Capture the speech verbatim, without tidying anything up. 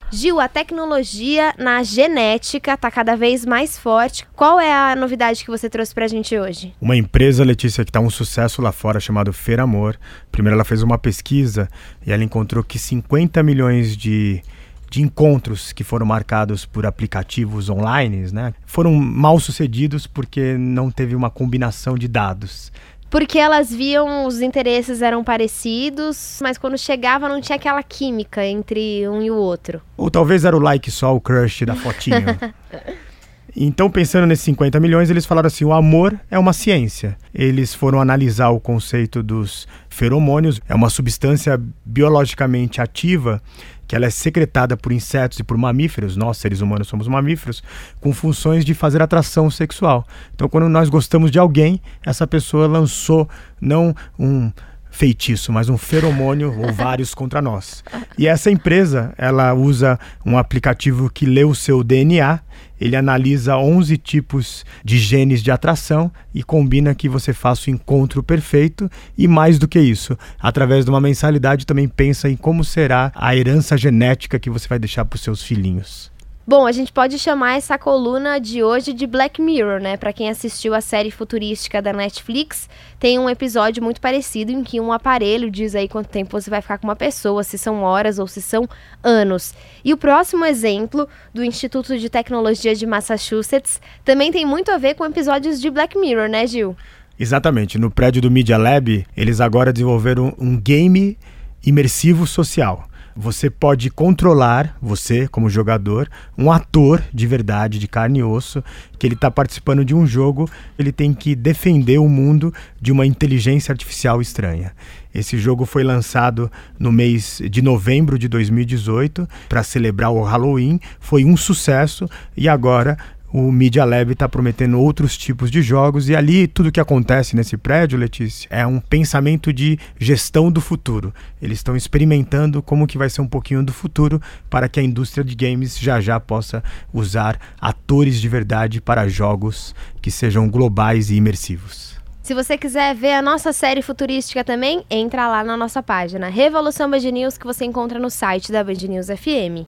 Gil, a tecnologia na genética está cada vez mais forte. Qual é a novidade que você trouxe para a gente hoje? Uma empresa, Letícia, que está um sucesso lá fora, chamada Feramor. Primeiro ela fez uma pesquisa e ela encontrou que cinquenta milhões de, de encontros que foram marcados por aplicativos online, né, foram mal sucedidos porque não teve uma combinação de dados. Porque elas viam, os interesses eram parecidos, mas quando chegava não tinha aquela química entre um e o outro. Ou talvez era o like só, o crush da fotinho. Então, pensando nesses cinquenta milhões, eles falaram assim, o amor é uma ciência. Eles foram analisar o conceito dos feromônios. É uma substância biologicamente ativa que ela é secretada por insetos e por mamíferos, nós seres humanos somos mamíferos, com funções de fazer atração sexual. Então, quando nós gostamos de alguém, essa pessoa lançou não um feitiço, mas um feromônio ou vários contra nós. E essa empresa, ela usa um aplicativo que lê o seu D N A, ele analisa onze tipos de genes de atração e combina que você faça o encontro perfeito e mais do que isso, através de uma mensalidade também pensa em como será a herança genética que você vai deixar para os seus filhinhos. Bom, a gente pode chamar essa coluna de hoje de Black Mirror, né? Para quem assistiu a série futurística da Netflix, tem um episódio muito parecido em que um aparelho diz aí quanto tempo você vai ficar com uma pessoa, se são horas ou se são anos. E o próximo exemplo, do Instituto de Tecnologia de Massachusetts, também tem muito a ver com episódios de Black Mirror, né, Gil? Exatamente. No prédio do Media Lab, eles agora desenvolveram um game imersivo social. Você pode controlar, você como jogador, um ator de verdade, de carne e osso, que ele está participando de um jogo, ele tem que defender o mundo de uma inteligência artificial estranha. Esse jogo foi lançado no mês de novembro de dois mil e dezoito para celebrar o Halloween, foi um sucesso e agora o Media Lab está prometendo outros tipos de jogos e ali tudo que acontece nesse prédio, Letícia, é um pensamento de gestão do futuro. Eles estão experimentando como que vai ser um pouquinho do futuro para que a indústria de games já já possa usar atores de verdade para jogos que sejam globais e imersivos. Se você quiser ver a nossa série futurística também, entra lá na nossa página Revolução Band News, que você encontra no site da Band News F M.